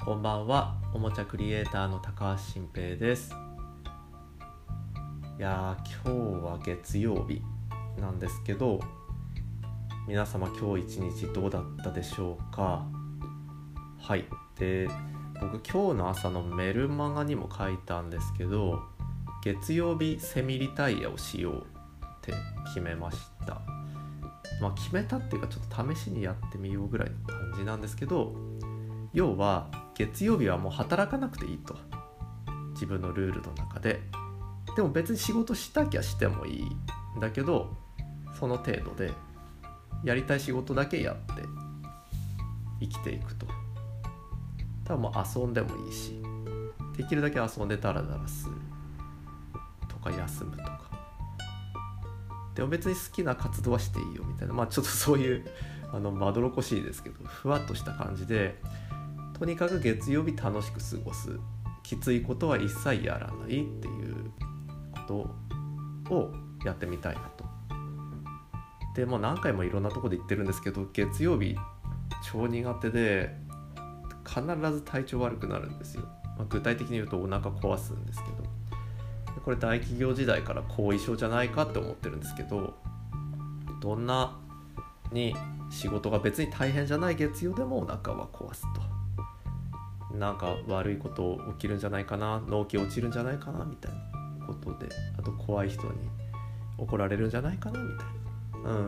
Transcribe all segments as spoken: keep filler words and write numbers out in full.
こんばんは。おもちゃクリエイターの高橋新平です。いやー、今日は月曜日なんですけど、皆様今日一日どうだったでしょうか。はい。で、僕今日の朝のメルマガにも書いたんですけど、月曜日セミリタイヤをしようって決めました。まあ決めたっていうか、ちょっと試しにやってみようぐらいの感じなんですけど、要は月曜日はもう働かなくていいと、自分のルールの中で。でも別に仕事したきゃしてもいいんだけど、その程度でやりたい仕事だけやって生きていくと。多分もう遊んでもいいし、できるだけ遊んでダラダラするとか休むとか。でも別に好きな活動はしていいよみたいな、まあちょっとそういうあのまどろこしいですけど、ふわっとした感じで、とにかく月曜日楽しく過ごす、きついことは一切やらないっていうことをやってみたいなと。でもう何回もいろんなところで言ってるんですけど、月曜日超苦手で必ず体調悪くなるんですよ。まあ、具体的に言うとお腹壊すんですけど、これ大企業時代から後遺症じゃないかって思ってるんですけど、どんなに仕事が別に大変じゃない月曜でもお腹は壊すと。なんか悪いこと起きるんじゃないかな、納期落ちるんじゃないかなみたいなことで、あと怖い人に怒られるんじゃないかなみたいな、うん、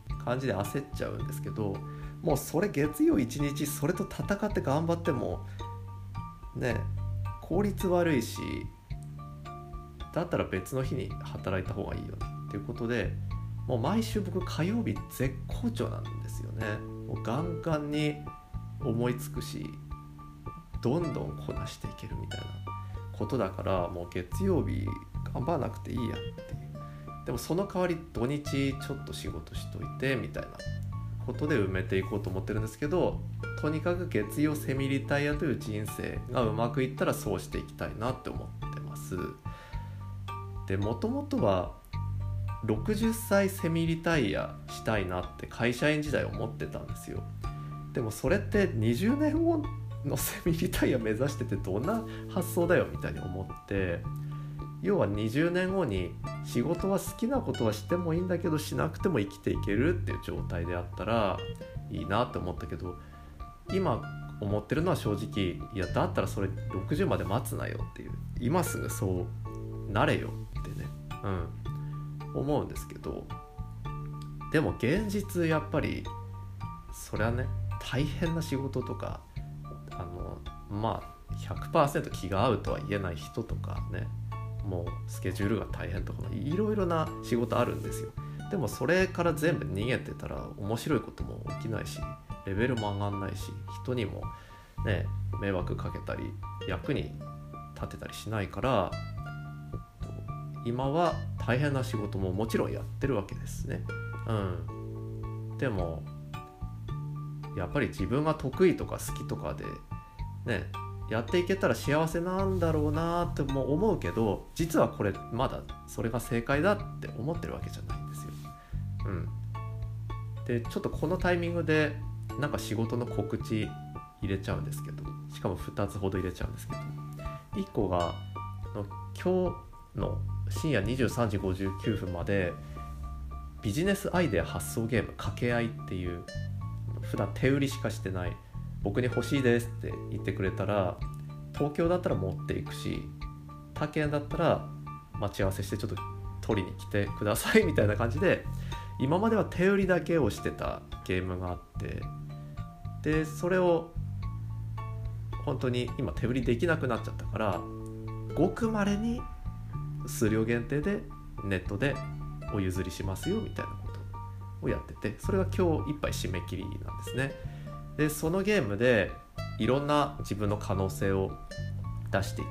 感じで焦っちゃうんですけど、もうそれ月曜一日それと戦って頑張ってもね、効率悪いし、だったら別の日に働いた方がいいよねっていうことで、もう毎週僕火曜日絶好調なんですよね。もうガンガンに思いつくし、どんどんこなしていけるみたいなことだから、もう月曜日頑張らなくていいやっていう。でもその代わり土日ちょっと仕事しといてみたいなことで埋めていこうと思ってるんですけど、とにかく月曜セミリタイヤという人生がうまくいったらそうしていきたいなって思ってます。で、もともとはろくじゅっさいセミリタイヤしたいなって会社員時代思ってたんですよ。でもそれってにじゅうねんごのセミリタイヤ目指しててどんな発想だよみたいに思って、要はにじゅうねんごに仕事は好きなことはしてもいいんだけどしなくても生きていけるっていう状態であったらいいなって思ったけど、今思ってるのは正直、いやだったらそれろくじゅうまで待つなよっていう、今すぐそうなれよってね、うん思うんですけど、でも現実やっぱりそれはね、大変な仕事とか、あのまあ ひゃくパーセント 気が合うとは言えない人とかね、もうスケジュールが大変とかいろいろな仕事あるんですよ。でもそれから全部逃げてたら面白いことも起きないし、レベルも上がんないし、人にもね迷惑かけたり役に立てたりしないから、今は大変な仕事ももちろんやってるわけですね。うんでもやっぱり自分が得意とか好きとかでねやっていけたら幸せなんだろうなっても思うけど、実はこれまだそれが正解だって思ってるわけじゃないんですよ。うんで、ちょっとこのタイミングでなんか仕事の告知入れちゃうんですけど、しかもふたつほど入れちゃうんですけど、いっこが今日の深夜にじゅうさんじごじゅうきゅうふんまでビジネスアイデア発想ゲーム掛け合いっていう、普段手売りしかしてない、僕に欲しいですって言ってくれたら東京だったら持っていくし、他県だったら待ち合わせしてちょっと取りに来てくださいみたいな感じで、今までは手売りだけをしてたゲームがあって、でそれを本当に今手売りできなくなっちゃったから、ごくまれに数量限定でネットでお譲りしますよみたいなことをやってて、それが今日いっぱい締め切りなんですね。でそのゲームでいろんな自分の可能性を出していって、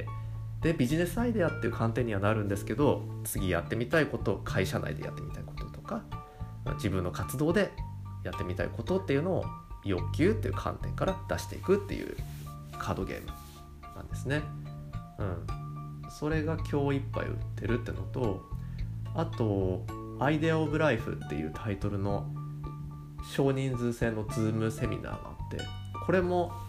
でビジネスアイデアっていう観点にはなるんですけど、次やってみたいこと、会社内でやってみたいこととか、自分の活動でやってみたいことっていうのを欲求っていう観点から出していくっていうカードゲームなんですね。うんそれが今日いっぱい売ってるってのと、あとアイデアオブライフっていうタイトルの少人数制のズームセミナーがあって、これも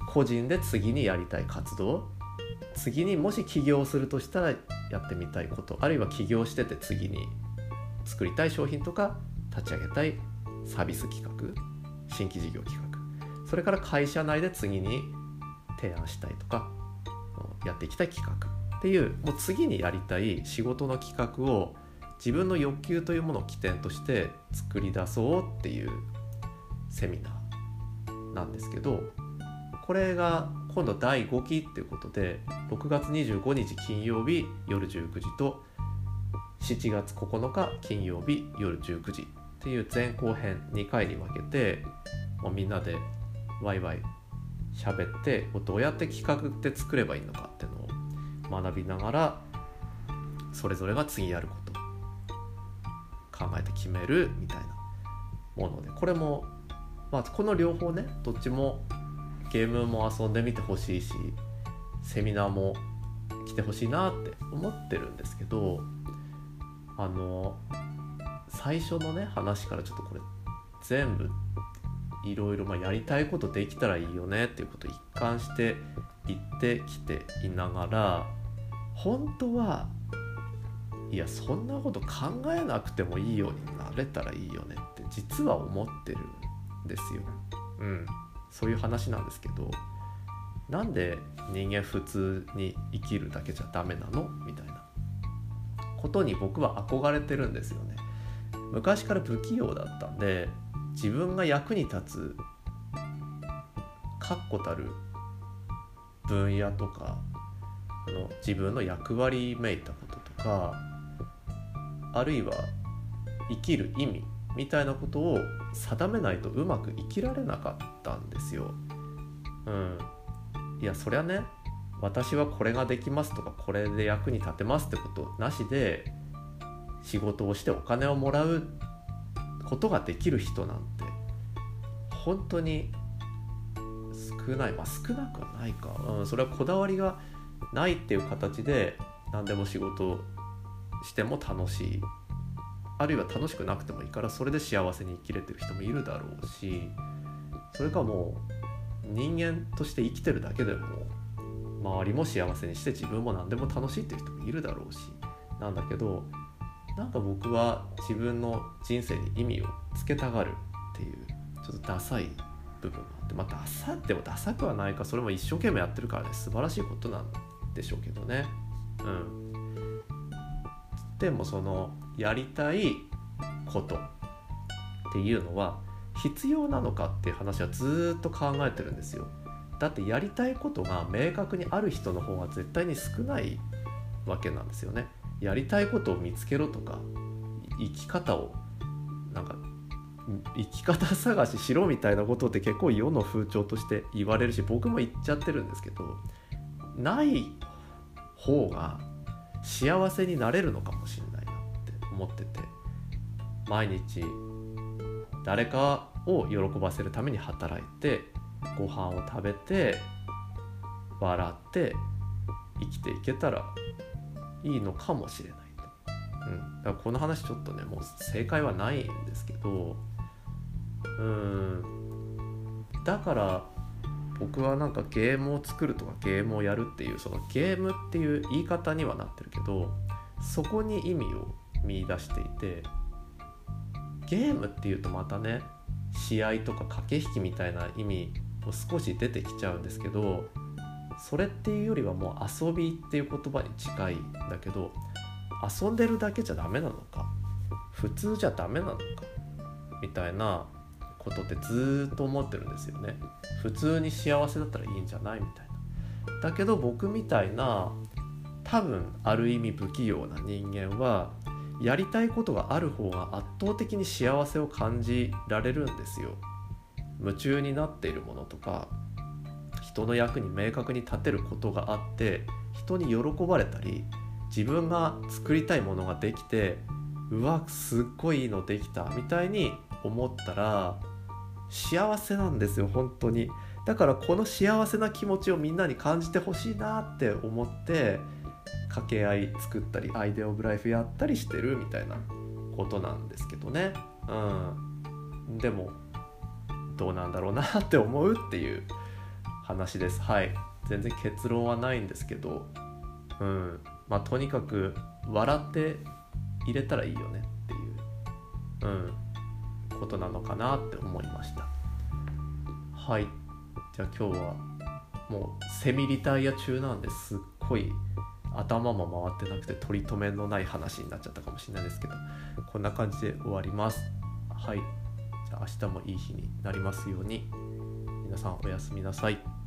個人で次にやりたい活動、次にもし起業するとしたらやってみたいこと、あるいは起業してて次に作りたい商品とか立ち上げたいサービス企画、新規事業企画、それから会社内で次に提案したいとかやっていきたい企画っていう、もう次にやりたい仕事の企画を自分の欲求というものを起点として作り出そうっていうセミナーなんですけど、これが今度だいごきっていうことでろくがつにじゅうごにち金曜日夜じゅうくじとしちがつここのか金曜日夜じゅうくじっていう前後編にかいに分けて、もうみんなでワイワイ喋ってどうやって企画って作ればいいのかっていうのを学びながら、それぞれが次やること考えて決めるみたいなもので、これも、まあ、この両方ね、どっちもゲームも遊んでみてほしいし、セミナーも来てほしいなって思ってるんですけど、あの最初のね話からちょっとこれ全部いろいろやりたいことできたらいいよねっていうことを一貫して言ってきていながら、本当はいやそんなこと考えなくてもいいようになれたらいいよねって実は思ってるんですよ。うん、そういう話なんですけど、なんで人間普通に生きるだけじゃダメなのみたいなことに僕は憧れてるんですよね。昔から不器用だったんで、自分が役に立つ確固たる分野とか、あの自分の役割めいたこととか、あるいは生きる意味みたいなことを定めないとうまく生きられなかったんですよ。うん、いやそりゃね、私はこれができますとかこれで役に立てますってことなしで仕事をしてお金をもらうことができる人なんて本当に少ない。まあ少なくはないか、うん、それはこだわりがないっていう形で何でも仕事しても楽しい、あるいは楽しくなくてもいいからそれで幸せに生きれてる人もいるだろうし、それかもう人間として生きてるだけでも周りも幸せにして自分も何でも楽しいっていう人もいるだろうしなんだけど、なんか僕は自分の人生に意味をつけたがるっていうちょっとダサい部分があって、まあダサってもダサくはないか、それも一生懸命やってるからね素晴らしいことなんでしょうけどね。うんでもそのやりたいことっていうのは必要なのかっていう話はずっと考えてるんですよ。だってやりたいことが明確にある人の方が絶対に少ないわけなんですよね。やりたいことを見つけろとか、生き方をなんか生き方探ししろみたいなことって結構世の風潮として言われるし、僕も言っちゃってるんですけど、ない方が幸せになれるのかもしれないなって思ってて、毎日誰かを喜ばせるために働いてご飯を食べて笑って生きていけたらいいのかもしれないと、うん、だからこの話ちょっとねもう正解はないんですけど、うーんだから僕はなんかゲームを作るとかゲームをやるっていうそのゲームっていう言い方にはなってるけど、そこに意味を見出していて、ゲームっていうとまたね試合とか駆け引きみたいな意味も少し出てきちゃうんですけど、それっていうよりはもう遊びっていう言葉に近いんだけど、遊んでるだけじゃダメなのか普通じゃダメなのかみたいなことってずっと思ってるんですよね。普通に幸せだったらいいんじゃないみたいな。だけど僕みたいな多分ある意味不器用な人間はやりたいことがある方が圧倒的に幸せを感じられるんですよ。夢中になっているものとか人の役に明確に立てることがあって人に喜ばれたり自分が作りたいものができてうわすっごいいいのできたみたいに思ったら幸せなんですよ本当に。だからこの幸せな気持ちをみんなに感じてほしいなって思って掛け合い作ったりアイデアオブライフやったりしてるみたいなことなんですけどね。うんでもどうなんだろうなって思うっていう話です。はい、全然結論はないんですけど、うんまあとにかく笑って入れたらいいよねっていう、うん、ことなのかなって思いました。はい、じゃあ今日はもうセミリタイア中なんですっごい頭も回ってなくて取り留めのない話になっちゃったかもしれないですけど、こんな感じで終わります。はい、じゃあ明日もいい日になりますように。皆さんおやすみなさい。